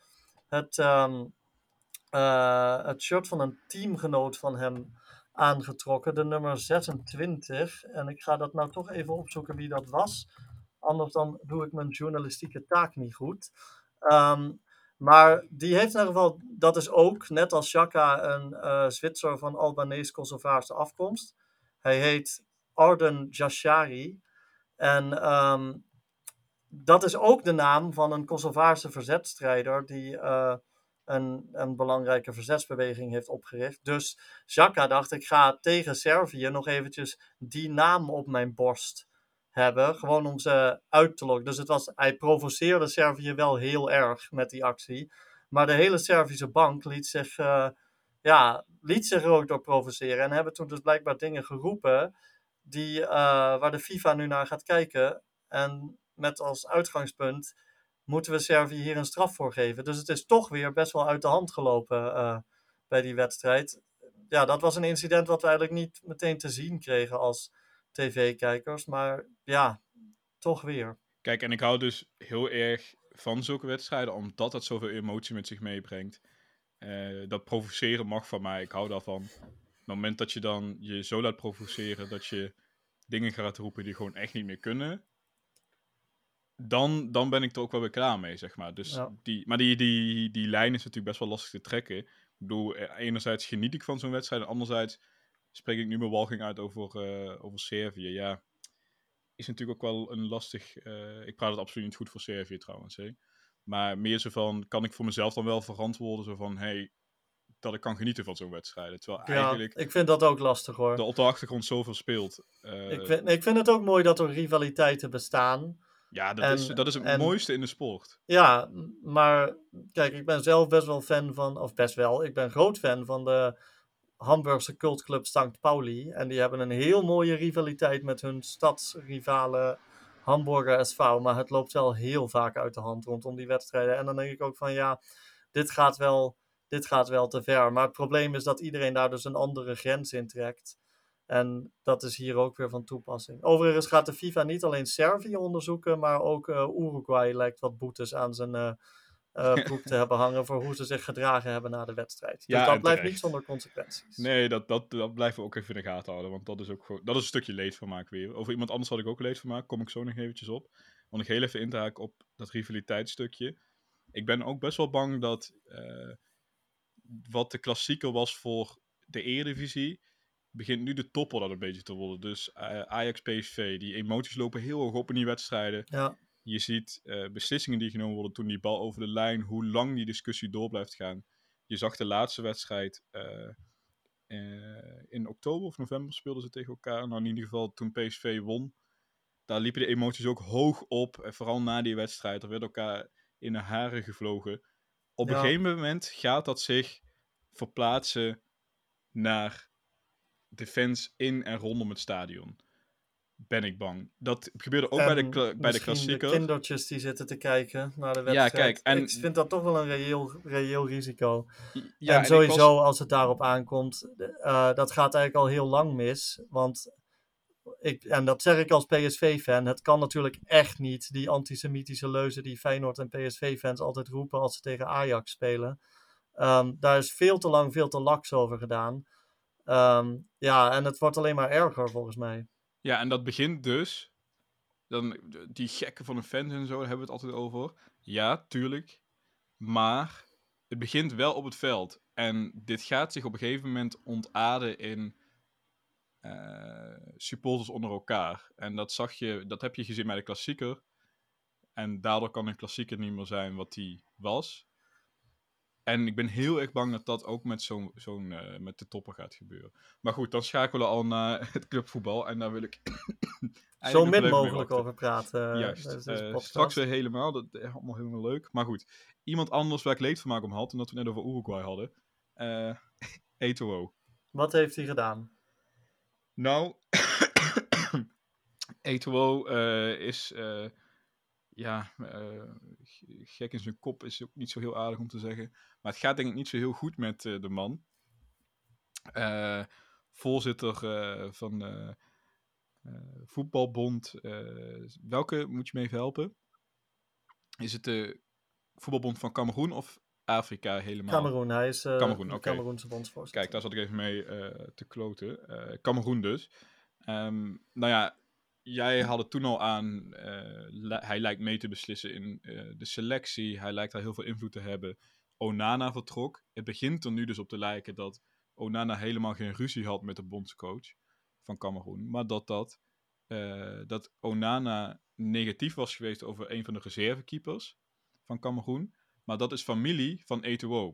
het shirt van een teamgenoot van hem aangetrokken, de nummer 26. En ik ga dat nou toch even opzoeken wie dat was. Anders dan doe ik mijn journalistieke taak niet goed. Maar die heeft in ieder geval, dat is ook, net als Xhaka, een Zwitser van Albanees-Kosovaarse afkomst. Hij heet Arden Jashari. En dat is ook de naam van een Kosovaarse verzetstrijder die een belangrijke verzetsbeweging heeft opgericht. Dus Xhaka dacht, ik ga tegen Servië nog eventjes die naam op mijn borst hebben, gewoon om ze uit te lokken. Dus hij provoceerde Servië wel heel erg met die actie. Maar de hele Servische bank liet zich er ook door provoceren. En hebben toen dus blijkbaar dingen geroepen waar de FIFA nu naar gaat kijken. En met als uitgangspunt moeten we Servië hier een straf voor geven. Dus het is toch weer best wel uit de hand gelopen bij die wedstrijd. Ja, dat was een incident wat we eigenlijk niet meteen te zien kregen als tv-kijkers. Maar ja, toch weer. Kijk, en ik hou dus heel erg van zulke wedstrijden, omdat het zoveel emotie met zich meebrengt. Dat provoceren mag van mij, ik hou daarvan. Op het moment dat je dan je zo laat provoceren dat je dingen gaat roepen die gewoon echt niet meer kunnen, dan ben ik er ook wel weer klaar mee, zeg maar. Dus Ja. die lijn is natuurlijk best wel lastig te trekken. Ik bedoel, enerzijds geniet ik van zo'n wedstrijd, en anderzijds spreek ik nu mijn walging uit over Servië. Ja, is natuurlijk ook wel een lastig. Ik praat het absoluut niet goed voor Servië trouwens. Hè. Maar meer zo van, kan ik voor mezelf dan wel verantwoorden? Zo van, hey, dat ik kan genieten van zo'n wedstrijd. Terwijl eigenlijk ik vind dat ook lastig hoor. er op de achtergrond zoveel speelt. Ik vind het ook mooi dat er rivaliteiten bestaan. Ja, dat is het mooiste in de sport. Ja, maar kijk, ik ben zelf best wel fan van, of best wel, ik ben groot fan van de Hamburgse cultclub St. Pauli. En die hebben een heel mooie rivaliteit met hun stadsrivale Hamburger SV. Maar het loopt wel heel vaak uit de hand rondom die wedstrijden. En dan denk ik ook van ja, dit gaat wel te ver. Maar het probleem is dat iedereen daar dus een andere grens in trekt. En dat is hier ook weer van toepassing. Overigens gaat de FIFA niet alleen Servië onderzoeken, maar ook Uruguay lijkt wat boetes aan zijn broek te hebben hangen voor hoe ze zich gedragen hebben na de wedstrijd. Dus dat blijft niet zonder consequenties. Nee, dat blijven we ook even in de gaten houden, want dat is ook gewoon, dat is een stukje leedvermaak weer. Over iemand anders had ik ook leedvermaak, kom ik zo nog eventjes op. Want ik heel even in te haken op dat rivaliteitsstukje. Ik ben ook best wel bang dat wat de klassieker was voor de Eredivisie, begint nu de topper dat een beetje te worden. Dus Ajax-PSV, die emoties lopen heel hoog op in die wedstrijden. Ja. Je ziet beslissingen die genomen worden toen die bal over de lijn, hoe lang die discussie door blijft gaan. Je zag de laatste wedstrijd in oktober of november speelden ze tegen elkaar. Nou, in ieder geval toen PSV won. Daar liepen de emoties ook hoog op. En vooral na die wedstrijd. Er werd elkaar in de haren gevlogen. Op een gegeven moment gaat dat zich verplaatsen naar de fans in en rondom het stadion. ben ik bang. Dat gebeurde ook En bij de misschien klassieker. de kindertjes die zitten te kijken naar de Ja, wedstrijd. kijk, en Ik vind dat toch wel een reëel risico. ja, En sowieso, als het daarop aankomt, dat gaat eigenlijk al heel lang mis. Want, en dat zeg ik als PSV-fan, het kan natuurlijk echt niet, die antisemitische leuzen die Feyenoord en PSV-fans altijd roepen als ze tegen Ajax spelen. Daar is veel te lang, veel te laks over gedaan. Ja, en het wordt alleen maar erger volgens mij. Ja, en dat begint dus. Dan, die gekken van de fans en zo, daar hebben we het altijd over. Ja, tuurlijk. Maar het begint wel op het veld. En dit gaat zich op een gegeven moment ontaarden in supporters onder elkaar. En dat heb je gezien bij de klassieker. En daardoor kan een klassieker niet meer zijn wat die was. En ik ben heel erg bang dat dat ook met met de toppen gaat gebeuren. Maar goed, dan schakelen we al naar het clubvoetbal. En daar wil ik zo min mogelijk over praten. Juist. Straks weer helemaal. Dat is allemaal helemaal leuk. Maar goed, iemand anders waar ik leedvermaak om had, omdat we het net over Uruguay hadden. Eto'o. Wat heeft hij gedaan? Nou, Eto'o is gek in zijn kop is ook niet zo heel aardig om te zeggen. Maar het gaat denk ik niet zo heel goed met de man. Voorzitter van de voetbalbond. Welke moet je me even helpen? Is het de voetbalbond van Kameroen of Afrika helemaal? Kameroen, hij is Kameroen, de oké. Kameroense bondsvoorzitter. Kijk, daar zat ik even mee te kloten. Kameroen dus. Nou ja, jij had het toen al aan. Hij lijkt mee te beslissen in de selectie. Hij lijkt daar heel veel invloed te hebben. Onana vertrok. Het begint er nu dus op te lijken dat Onana helemaal geen ruzie had met de bondscoach van Kameroen. Maar dat Onana negatief was geweest over een van de reservekeepers van Kameroen. Maar dat is familie van Eto'o.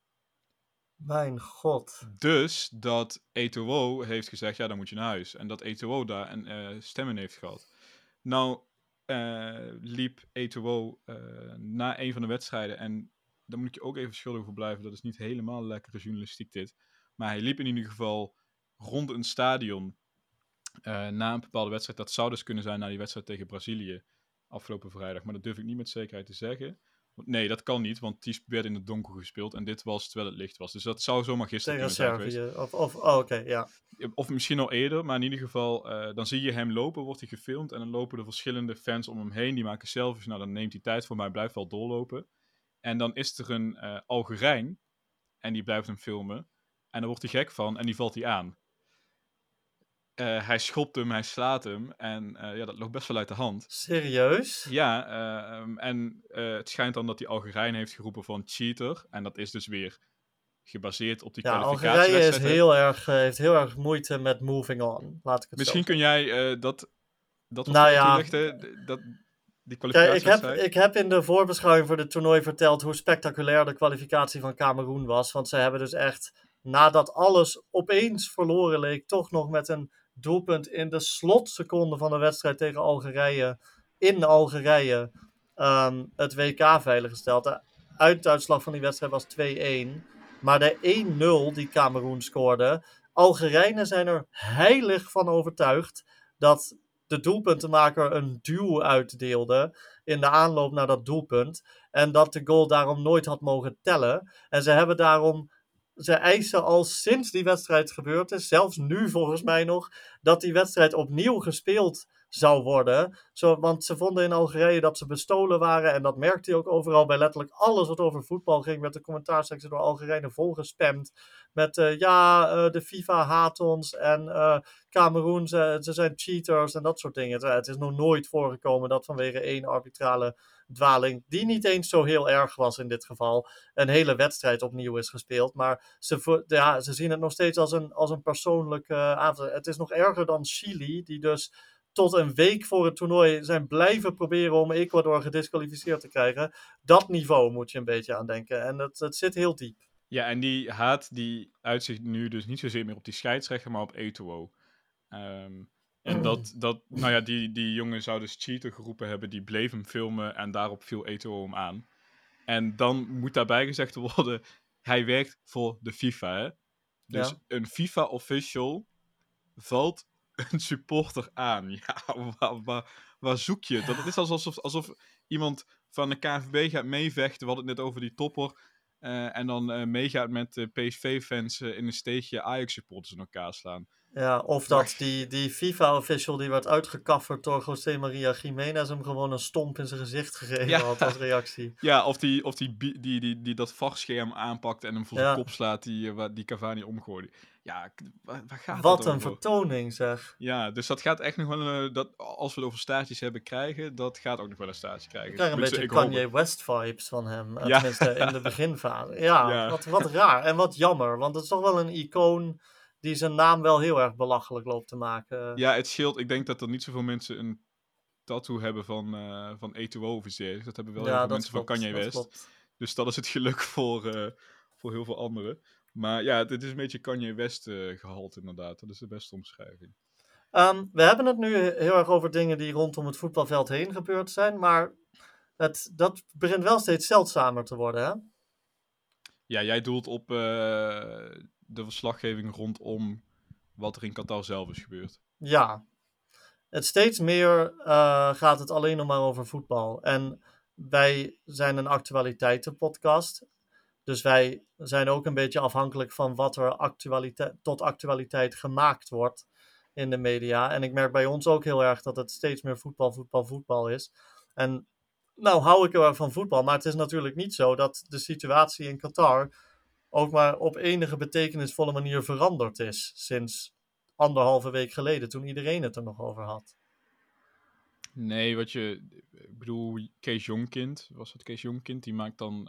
Mijn god. Dus dat Eto'o heeft gezegd, ja, dan moet je naar huis. En dat Eto'o daar een stemmen heeft gehad. Nou liep Eto'o na een van de wedstrijden, en daar moet ik je ook even schuldig voor blijven, dat is niet helemaal lekkere journalistiek dit. Maar hij liep in ieder geval rond een stadion na een bepaalde wedstrijd. Dat zou dus kunnen zijn na die wedstrijd tegen Brazilië afgelopen vrijdag. Maar dat durf ik niet met zekerheid te zeggen. Nee, dat kan niet, want die werd in het donker gespeeld. En dit was terwijl het licht was. Dus dat zou zomaar gisteren Tegen kunnen zijn Servië. geweest. Oké, ja. Of misschien al eerder, maar in ieder geval, dan zie je hem lopen, wordt hij gefilmd. En dan lopen er verschillende fans om hem heen. Die maken selfies. Nou, dan neemt hij tijd voor, maar hij blijft wel doorlopen. En dan is er een Algerijn. En die blijft hem filmen. En dan wordt hij gek van en die valt hij aan. Hij schopt hem, hij slaat hem. En dat loopt best wel uit de hand. Serieus? Ja, en het schijnt dan dat die Algerijn heeft geroepen van cheater. En dat is dus weer gebaseerd op die kwalificatiewedstrijd. Algerije heeft heel erg moeite met moving on. Laat ik het Misschien zo kun jij dat wat toelichten? Die kwalificatiewedstrijd? Kijk, ik heb in de voorbeschouwing voor dit toernooi verteld hoe spectaculair de kwalificatie van Kameroen was. Want ze hebben dus echt, nadat alles opeens verloren leek, toch nog met een doelpunt in de slotseconde van de wedstrijd tegen Algerije, in Algerije, het WK veiliggesteld. De uitslag van die wedstrijd was 2-1. Maar de 1-0 die Kameroen scoorde, Algerijnen zijn er heilig van overtuigd dat de doelpuntenmaker een duw uitdeelde in de aanloop naar dat doelpunt. En dat de goal daarom nooit had mogen tellen. En ze eisen al sinds die wedstrijd gebeurd is, zelfs nu volgens mij nog, dat die wedstrijd opnieuw gespeeld zou worden. Want ze vonden in Algerije dat ze bestolen waren. En dat merkte je ook overal bij letterlijk alles wat over voetbal ging. Met de commentaarsectie door Algerijnen volgespamd. Met de FIFA haat ons. En Kameroen, ze zijn cheaters en dat soort dingen. Het is nog nooit voorgekomen dat vanwege één arbitrale dwaling, die niet eens zo heel erg was in dit geval, een hele wedstrijd opnieuw is gespeeld. Maar ze zien het nog steeds als een persoonlijke avond. Het is nog erger dan Chili, die dus tot een week voor het toernooi zijn blijven proberen om Ecuador gedisqualificeerd te krijgen. Dat niveau moet je een beetje aan denken. En het zit heel diep. Ja, en die haat die uitzicht nu dus niet zozeer meer op die scheidsrechter, maar op Eto'o. En die jongen zou dus cheater geroepen hebben, die bleef hem filmen en daarop viel Eto'o hem aan. En dan moet daarbij gezegd worden, hij werkt voor de FIFA, hè? Dus een FIFA-official valt een supporter aan. Ja, waar zoek je? Dat is alsof iemand van de KNVB gaat meevechten. We hadden het net over die topper. En dan meegaat met PSV-fans in een steegje Ajax-supporters in elkaar slaan. Ja, of dat die FIFA-official die werd uitgekafferd door José Maria Giménez hem gewoon een stomp in zijn gezicht gegeven had als reactie. Ja, of die dat VAR-scherm aanpakt en hem voor zijn kop slaat die Cavani omgooide. Ja, waar gaat Wat dat een over? vertoning, zeg. Ja, dus dat gaat echt nog wel als we het over staartjes hebben krijgen, dat gaat ook nog wel een staartje krijgen. Ik krijg een beetje Kanye West vibes van hem, tenminste in de beginfase. Ja. Wat raar en wat jammer, want het is toch wel een icoon die zijn naam wel heel erg belachelijk loopt te maken. Ja, het scheelt. Ik denk dat er niet zoveel mensen een tattoo hebben van A2O over zich. Dat hebben wel heel veel mensen van Kanye West. Klopt. Dus dat is het geluk voor heel veel anderen. Maar ja, dit is een beetje Kanye West gehalte inderdaad. Dat is de beste omschrijving. We hebben het nu heel erg over dingen die rondom het voetbalveld heen gebeurd zijn. Maar dat begint wel steeds zeldzamer te worden, hè? Ja, jij doelt op de verslaggeving rondom wat er in Qatar zelf is gebeurd. Ja. Het steeds meer gaat het alleen nog maar over voetbal. En wij zijn een actualiteitenpodcast. Dus wij zijn ook een beetje afhankelijk van wat er tot actualiteit gemaakt wordt in de media. En ik merk bij ons ook heel erg dat het steeds meer voetbal is. En nou hou ik heel erg van voetbal, maar het is natuurlijk niet zo dat de situatie in Qatar ook maar op enige betekenisvolle manier veranderd is sinds 1,5 week geleden, toen iedereen het er nog over had. Nee, ik bedoel, Kees Jonkind, die maakt dan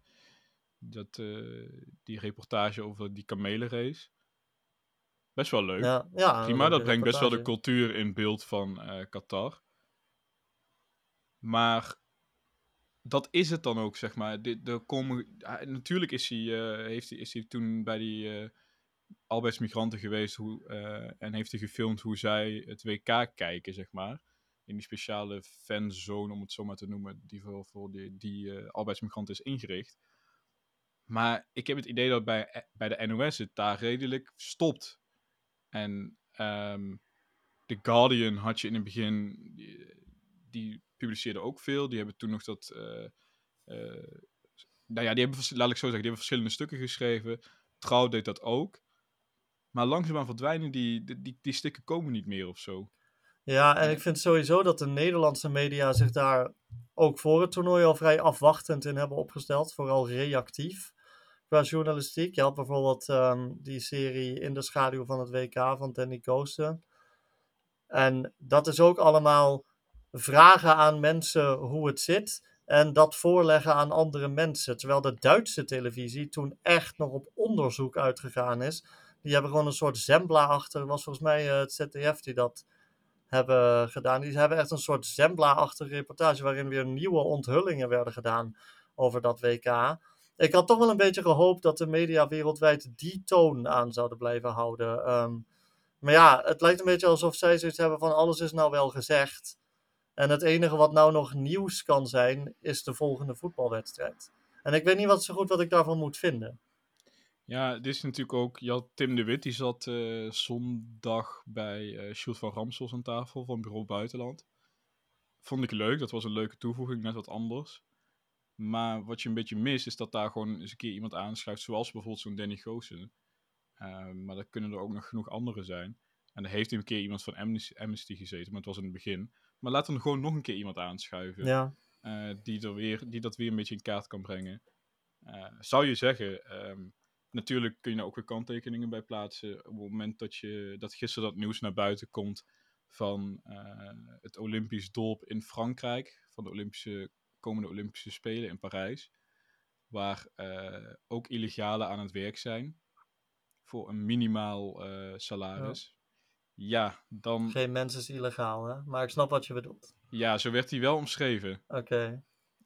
die reportage over die kamelenrace. Best wel leuk. Ja, prima, dat brengt best wel de cultuur in beeld van Qatar. Maar dat is het dan ook, zeg maar. Natuurlijk is hij toen bij die arbeidsmigranten geweest en heeft hij gefilmd hoe zij het WK kijken, zeg maar. In die speciale fanzone, om het zo maar te noemen, die voor die arbeidsmigranten is ingericht. Maar ik heb het idee dat bij de NOS het daar redelijk stopt. En The Guardian had je in het begin, die publiceerde ook veel. Die hebben toen nog dat... laat ik zo zeggen, die hebben verschillende stukken geschreven. Trouw deed dat ook. Maar langzaamaan verdwijnen die stukken komen niet meer of zo. Ja, en ik vind sowieso dat de Nederlandse media zich daar ook voor het toernooi al vrij afwachtend in hebben opgesteld. Vooral reactief qua journalistiek. Je had bijvoorbeeld die serie In de schaduw van het WK van Danny Goosen. En dat is ook allemaal vragen aan mensen hoe het zit en dat voorleggen aan andere mensen. Terwijl de Duitse televisie toen echt nog op onderzoek uitgegaan is. Die hebben gewoon een soort Zembla achter. Was volgens mij het ZDF die dat hebben gedaan. Die hebben echt een soort Zembla-achtige reportage waarin weer nieuwe onthullingen werden gedaan over dat WK. Ik had toch wel een beetje gehoopt dat de media wereldwijd die toon aan zouden blijven houden. Maar ja, het lijkt een beetje alsof zij zoiets hebben van alles is nou wel gezegd. En het enige wat nou nog nieuws kan zijn, is de volgende voetbalwedstrijd. En ik weet niet wat ik daarvan moet vinden. Ja, dit is natuurlijk ook... Je had Tim de Wit, die zat zondag bij Sjoerd van Ramsels aan tafel van Bureau Buitenland. Vond ik leuk, dat was een leuke toevoeging, net wat anders. Maar wat je een beetje mist, is dat daar gewoon eens een keer iemand aanschuift, zoals bijvoorbeeld zo'n Danny Goosen. Maar er kunnen er ook nog genoeg anderen zijn. En er heeft een keer iemand van Amnesty gezeten, maar het was in het begin. Maar laten we gewoon nog een keer iemand aanschuiven. Ja. Die dat weer een beetje in kaart kan brengen. Zou je zeggen... Natuurlijk kun je daar ook weer kanttekeningen bij plaatsen. Op het moment dat gisteren dat nieuws naar buiten komt van het Olympisch dorp in Frankrijk, van de komende Olympische Spelen in Parijs, waar ook illegalen aan het werk zijn voor een minimaal salaris. Ja, dan... Geen mens is illegaal, hè? Maar ik snap wat je bedoelt. Ja, zo werd hij wel omschreven. Oké.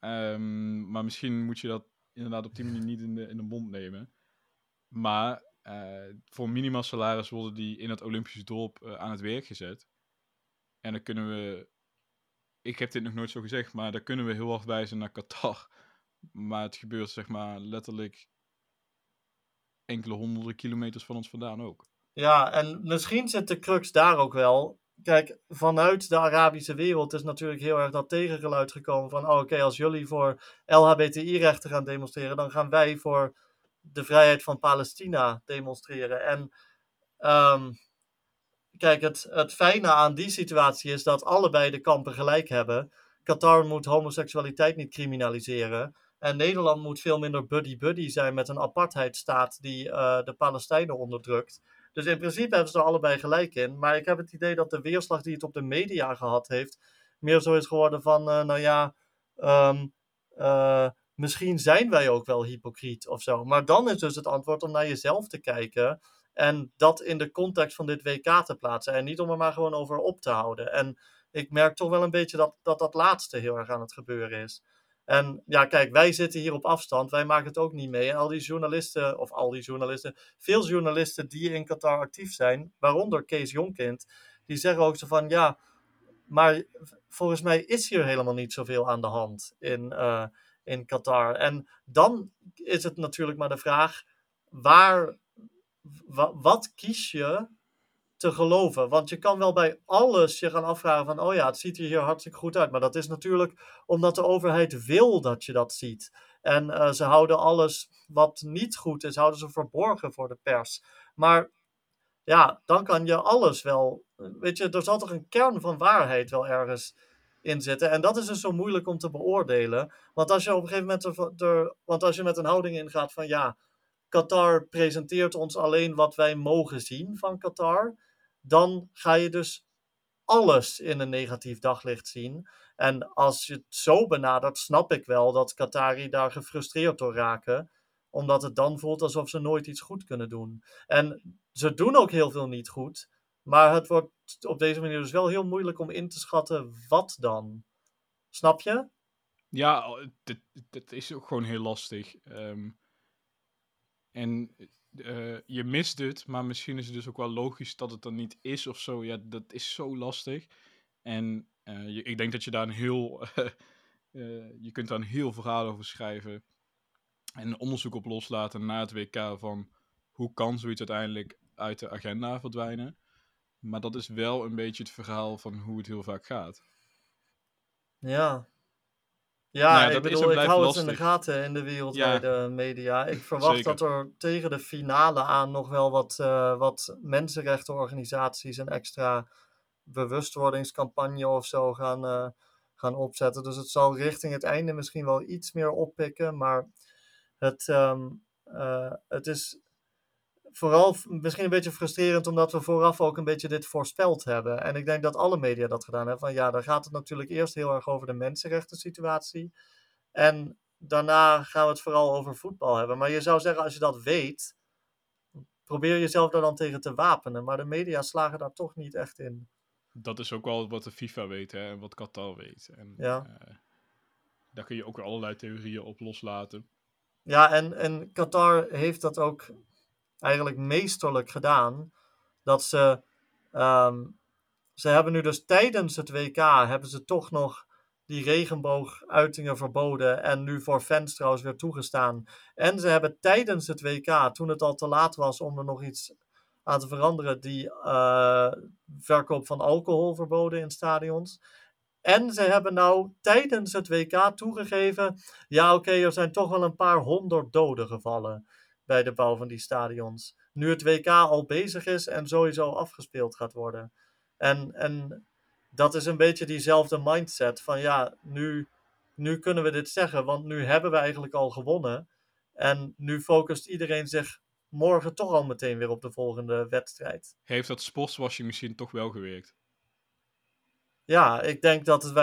Maar misschien moet je dat inderdaad op die manier niet in de mond nemen. Maar voor een minimaal salaris worden die in het Olympische dorp aan het werk gezet. En dan kunnen we... Ik heb dit nog nooit zo gezegd, maar dan kunnen we heel erg wijzen naar Qatar. Maar het gebeurt zeg maar letterlijk enkele honderden kilometers van ons vandaan ook. Ja, en misschien zit de crux daar ook wel. Kijk, vanuit de Arabische wereld is natuurlijk heel erg dat tegengeluid gekomen van, oh, oké, als jullie voor LHBTI-rechten gaan demonstreren, dan gaan wij voor de vrijheid van Palestina demonstreren. En kijk, het fijne aan die situatie is dat allebei de kampen gelijk hebben. Qatar moet homoseksualiteit niet criminaliseren. En Nederland moet veel minder buddy-buddy zijn met een apartheidstaat die de Palestijnen onderdrukt. Dus in principe hebben ze er allebei gelijk in. Maar ik heb het idee dat de weerslag die het op de media gehad heeft, meer zo is geworden van, nou ja, ehm, misschien zijn wij ook wel hypocriet of zo. Maar dan is dus het antwoord om naar jezelf te kijken. En dat in de context van dit WK te plaatsen. En niet om er maar gewoon over op te houden. En ik merk toch wel een beetje dat laatste heel erg aan het gebeuren is. En ja, kijk, wij zitten hier op afstand. Wij maken het ook niet mee. En veel journalisten die in Qatar actief zijn, waaronder Kees Jonkind, die zeggen ook zo van, ja, maar volgens mij is hier helemaal niet zoveel aan de hand in Qatar. En dan is het natuurlijk maar de vraag, wat kies je te geloven? Want je kan wel bij alles je gaan afvragen van, oh ja, het ziet hier hartstikke goed uit. Maar dat is natuurlijk omdat de overheid wil dat je dat ziet. En ze houden alles wat niet goed is, houden ze verborgen voor de pers. Maar ja, dan kan je alles wel, weet je, er zal toch een kern van waarheid wel ergens in zitten. En dat is dus zo moeilijk om te beoordelen. Want als je op een gegeven moment want als je met een houding ingaat van, ja, Qatar presenteert ons alleen wat wij mogen zien van Qatar, dan ga je dus alles in een negatief daglicht zien. En als je het zo benadert, snap ik wel dat Qatari daar gefrustreerd door raken, omdat het dan voelt alsof ze nooit iets goed kunnen doen. En ze doen ook heel veel niet goed, maar het wordt op deze manier dus wel heel moeilijk om in te schatten wat dan. Snap je? Ja, dit is ook gewoon heel lastig. En je mist het, maar misschien is het dus ook wel logisch dat het dan niet is of zo. Ja, dat is zo lastig. En ik denk dat je daar je kunt daar een heel verhaal over schrijven. En een onderzoek op loslaten na het WK van hoe kan zoiets uiteindelijk uit de agenda verdwijnen. Maar dat is wel een beetje het verhaal van hoe het heel vaak gaat. Ja. Nou Ja, ja, ik dat is bedoel, en ik blijft hou het in de lastig. gaten in de wereldwijde media. Ik verwacht Zeker. dat er tegen de finale aan nog wel wat mensenrechtenorganisaties een extra bewustwordingscampagne of zo gaan opzetten. Dus het zal richting het einde misschien wel iets meer oppikken. Maar het is vooral misschien een beetje frustrerend, omdat we vooraf ook een beetje dit voorspeld hebben. En ik denk dat alle media dat gedaan hebben. Van ja, dan gaat het natuurlijk eerst heel erg over de mensenrechten situatie. En daarna gaan we het vooral over voetbal hebben. Maar je zou zeggen, als je dat weet, probeer jezelf daar dan tegen te wapenen. Maar de media slagen daar toch niet echt in. Dat is ook wel wat de FIFA weet, hè, en wat Qatar weet. En Ja, daar kun je ook weer allerlei theorieën op loslaten. ja en Qatar heeft dat ook eigenlijk meesterlijk gedaan. Dat ze hebben nu dus tijdens het WK hebben ze toch nog die regenbooguitingen verboden en nu voor fans trouwens weer toegestaan. En ze hebben tijdens het WK, toen het al te laat was om er nog iets aan te veranderen, die verkoop van alcohol verboden in stadions. En ze hebben nou tijdens het WK toegegeven, ja oké, er zijn toch wel een paar 100 doden gevallen bij de bouw van die stadions. Nu het WK al bezig is en sowieso afgespeeld gaat worden. En dat is een beetje diezelfde mindset van ja, nu kunnen we dit zeggen, want nu hebben we eigenlijk al gewonnen. En nu focust iedereen zich morgen toch al meteen weer op de volgende wedstrijd. Heeft dat sportswashing misschien toch wel gewerkt? Ja, ik denk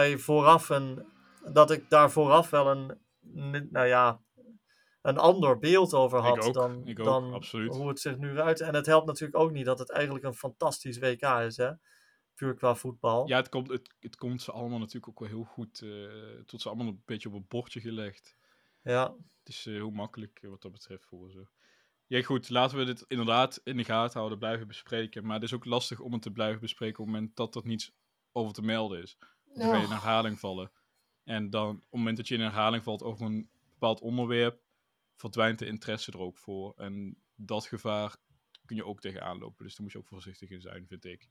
dat ik daar vooraf wel nou ja, een ander beeld over had Ik ook, dan absoluut. hoe het zich nu uit. En het helpt natuurlijk ook niet dat het eigenlijk een fantastisch WK is, hè? Puur qua voetbal. Ja, het komt ze allemaal natuurlijk ook wel heel goed, tot ze allemaal een beetje op een bordje gelegd. Ja. Het is heel makkelijk wat dat betreft voor ze. Ja, goed, laten we dit inderdaad in de gaten houden, blijven bespreken. Maar het is ook lastig om het te blijven bespreken op het moment dat er niets over te melden is. Dan ga je in herhaling vallen. En dan, op het moment dat je in herhaling valt over een bepaald onderwerp, verdwijnt de interesse er ook voor. En dat gevaar kun je ook tegenaan lopen. Dus daar moet je ook voorzichtig in zijn, vind ik.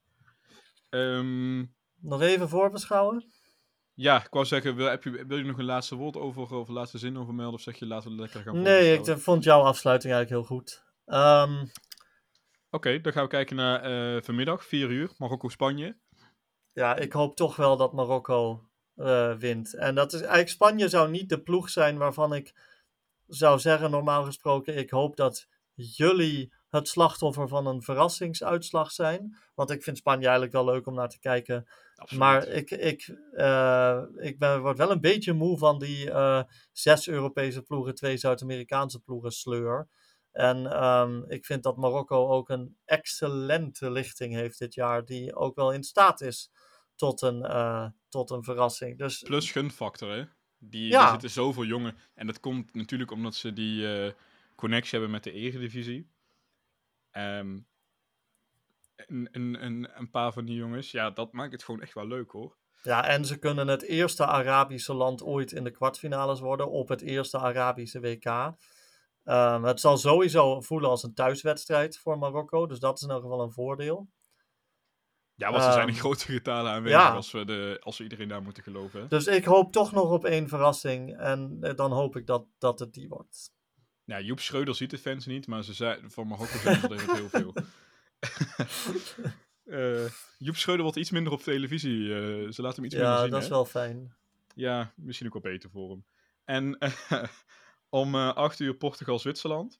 Nog even voorbeschouwen? Ja, ik wou zeggen, wil je nog een laatste woord over, of een laatste zin over melden? Of zeg je, laten we lekker gaan Nee, voorbeschouwen? ik vond jouw afsluiting eigenlijk heel goed. Oké, dan gaan we kijken naar vanmiddag, 4 uur, Marokko-Spanje. Ja, ik hoop toch wel dat Marokko wint. En dat is eigenlijk, Spanje zou niet de ploeg zijn waarvan ik zou zeggen, normaal gesproken, ik hoop dat jullie het slachtoffer van een verrassingsuitslag zijn. Want ik vind Spanje eigenlijk wel leuk om naar te kijken. Absoluut. Maar ik word wel een beetje moe van die 6 Europese ploegen, 2 Zuid-Amerikaanse ploegen sleur. En ik vind dat Marokko ook een excellente lichting heeft dit jaar, die ook wel in staat is tot een verrassing. Dus, Plus gunfactor, hè? ja. Er zitten zoveel jongen. En dat komt natuurlijk omdat ze die connectie hebben met de Eredivisie. Een paar van die jongens, ja, dat maakt het gewoon echt wel leuk, hoor. Ja, en ze kunnen het eerste Arabische land ooit in de kwartfinales worden op het eerste Arabische WK. Het zal sowieso voelen als een thuiswedstrijd voor Marokko, dus dat is in elk geval een voordeel. Ja, want ze zijn in grote getalen aanwezig als we iedereen daar moeten geloven. Hè? Dus ik hoop toch nog op 1 verrassing en dan hoop ik dat het die wordt. Ja, Joep Schreuder ziet de fans niet, maar van Marokko zijn er heel veel. Joep Schreuder wordt iets minder op televisie. Ze laten hem iets minder zien. Ja, dat is wel fijn. Ja, misschien ook wel beter voor hem. En om 8 uur Portugal-Zwitserland.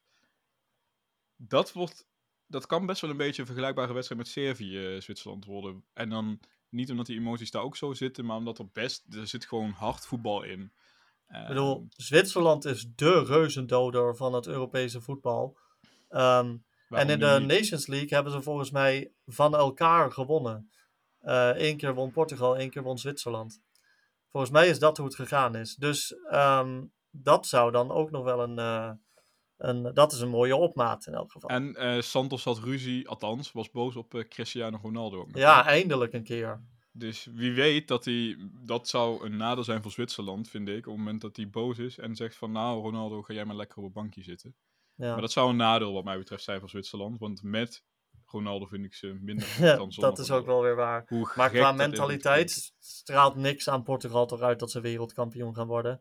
Dat kan best wel een beetje een vergelijkbare wedstrijd met Servië-Zwitserland worden. En dan niet omdat die emoties daar ook zo zitten, maar omdat er zit gewoon hard voetbal in. Ik bedoel, Zwitserland is de reuzendoder van het Europese voetbal. En in de Nations League hebben ze volgens mij van elkaar gewonnen. 1 keer won Portugal, 1 keer won Zwitserland. Volgens mij is dat hoe het gegaan is. Dus dat zou dan ook nog wel dat is een mooie opmaat in elk geval. En Santos had ruzie, althans, was boos op Cristiano Ronaldo. Ook nog, ja, eindelijk een keer. Dus wie weet dat zou een nadeel zijn voor Zwitserland, vind ik. Op het moment dat hij boos is en zegt van, nou Ronaldo, ga jij maar lekker op het bankje zitten. Ja. Maar dat zou een nadeel wat mij betreft zijn voor Zwitserland. Want met Ronaldo vind ik ze minder goed dan zonder dat is ook wel weer waar. Maar qua mentaliteit straalt niks aan Portugal toch uit dat ze wereldkampioen gaan worden.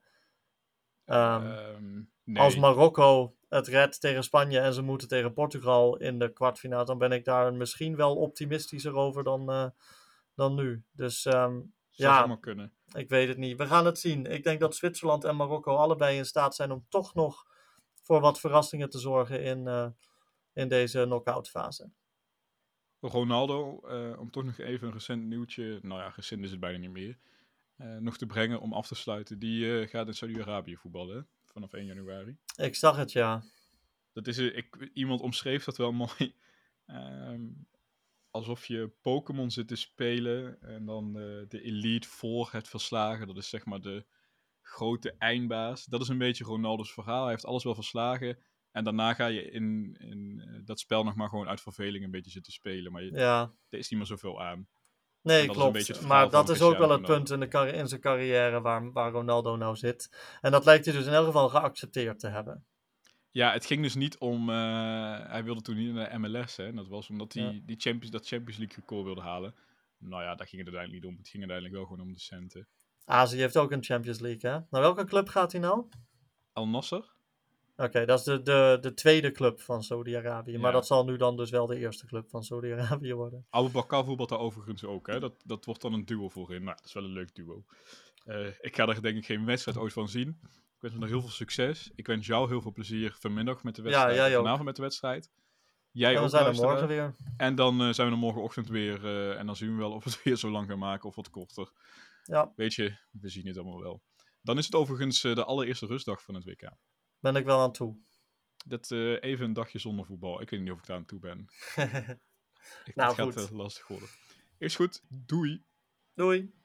Nee. Als Marokko het redt tegen Spanje en ze moeten tegen Portugal in de kwartfinale, dan ben ik daar misschien wel optimistischer over dan nu. Dus zou kunnen. Ik weet het niet. We gaan het zien. Ik denk dat Zwitserland en Marokko allebei in staat zijn om toch nog voor wat verrassingen te zorgen in deze knock-out fase. Ronaldo, om toch nog even een recent nieuwtje, nou ja, recent is het bijna niet meer, nog te brengen om af te sluiten. Die gaat in Saudi-Arabië voetballen, vanaf 1 januari. Ik zag het, ja. Dat is, iemand omschreef dat wel mooi. Alsof je Pokémon zit te spelen en dan de elite voor het verslagen. Dat is zeg maar de grote eindbaas. Dat is een beetje Ronaldo's verhaal. Hij heeft alles wel verslagen. En daarna ga je in dat spel nog maar gewoon uit verveling een beetje zitten spelen. Maar er is niet meer zoveel aan. Nee, klopt. Maar dat is ook wel het punt in zijn carrière waar Ronaldo nou zit. En dat lijkt hij dus in elk geval geaccepteerd te hebben. Ja, het ging dus niet om... hij wilde toen niet naar de MLS, hè. Dat was omdat hij dat Champions League record wilde halen. Nou ja, daar ging het uiteindelijk niet om. Het ging uiteindelijk wel gewoon om de centen. Azië heeft ook een Champions League, hè? Naar welke club gaat hij nou? Al Nassr. Oké, dat is de tweede club van Saudi-Arabië. Ja. Maar dat zal nu dan dus wel de eerste club van Saudi-Arabië worden. Abu Bakar voetbalt daar overigens ook, hè. Dat wordt dan een duo voorin. Nou, dat is wel een leuk duo. Ik ga er denk ik geen wedstrijd ooit van zien. Ik wens me nog heel veel succes. Ik wens jou heel veel plezier vanmiddag met de wedstrijd. Ja, jij vanavond ook. met de wedstrijd. Jij en ook, we zijn er morgen weer. En dan zijn we er morgenochtend weer. En dan zien we wel of we het weer zo lang gaan maken of wat korter. Ja. Weet je, we zien het allemaal wel. Dan is het overigens de allereerste rustdag van het WK. Ben ik wel aan toe. Dat even een dagje zonder voetbal. Ik weet niet of ik daar aan toe ben. Nou, het gaat lastig worden. Is goed. Doei. Doei.